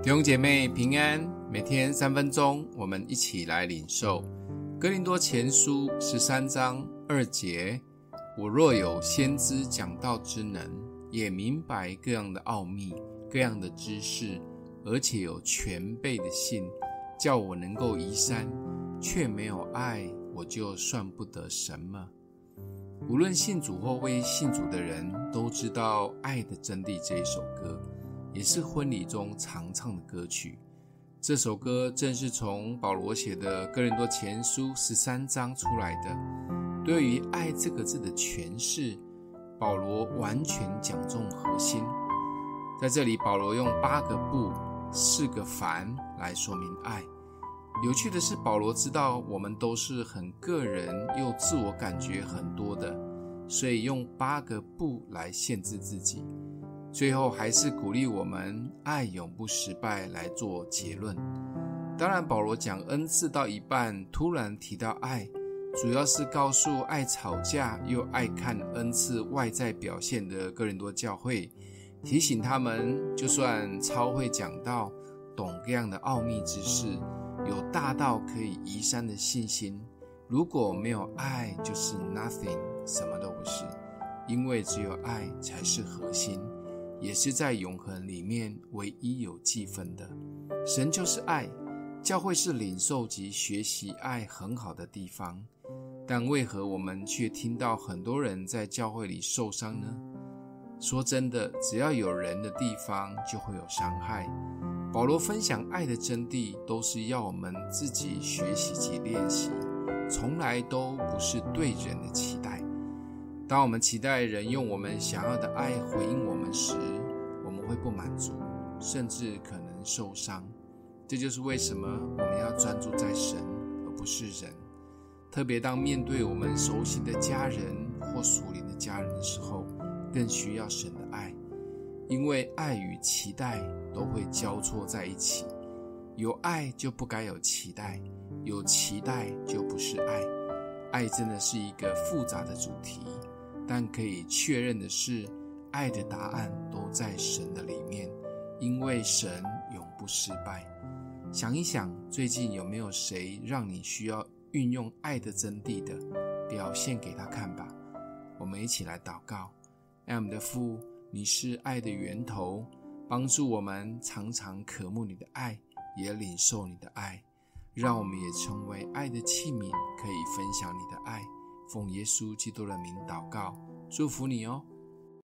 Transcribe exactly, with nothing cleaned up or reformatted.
弟兄姐妹平安，每天三分钟，我们一起来领受哥林多前书十三章二节。我若有先知讲道之能，也明白各样的奥秘，各样的知识，而且有全备的信，叫我能够移山，却没有爱，我就算不得什么。无论信主或未信主的人都知道《爱的真谛》这一首歌，也是婚礼中常唱的歌曲。这首歌正是从保罗写的哥林多前书十三章出来的。对于爱这个字的诠释，保罗完全讲中核心。在这里，保罗用八个不、四个凡来说明爱。有趣的是，保罗知道我们都是很个人又自我感觉很多的，所以用八个不来限制自己。最后还是鼓励我们爱永不失败来做结论。当然，保罗讲恩赐到一半，突然提到爱，主要是告诉爱吵架又爱看恩赐外在表现的哥林多教会，提醒他们就算超会讲道，懂各样的奥秘知识，有大到可以移山的信心，如果没有爱就是 nothing， 什么都不是。因为只有爱才是核心，也是在永恒里面唯一有计分的。神就是爱，教会是领受及学习爱很好的地方，但为何我们却听到很多人在教会里受伤呢？说真的，只要有人的地方就会有伤害。保罗分享爱的真谛，都是要我们自己学习及练习，从来都不是对人的期待。当我们期待人用我们想要的爱回应我们时，我们会不满足，甚至可能受伤。这就是为什么我们要专注在神，而不是人。特别当面对我们熟悉的家人或属灵的家人的时候，更需要神的爱。因为爱与期待都会交错在一起，有爱就不该有期待，有期待就不是爱。爱真的是一个复杂的主题，但可以确认的是，爱的答案都在神的里面，因为神永不失败。想一想，最近有没有谁让你需要运用爱的真谛的，表现给他看吧。我们一起来祷告。爱我们的父，你是爱的源头，帮助我们常常渴慕你的爱，也领受你的爱，让我们也成为爱的器皿，可以分享你的爱。奉耶稣基督的名祷告，祝福你哦。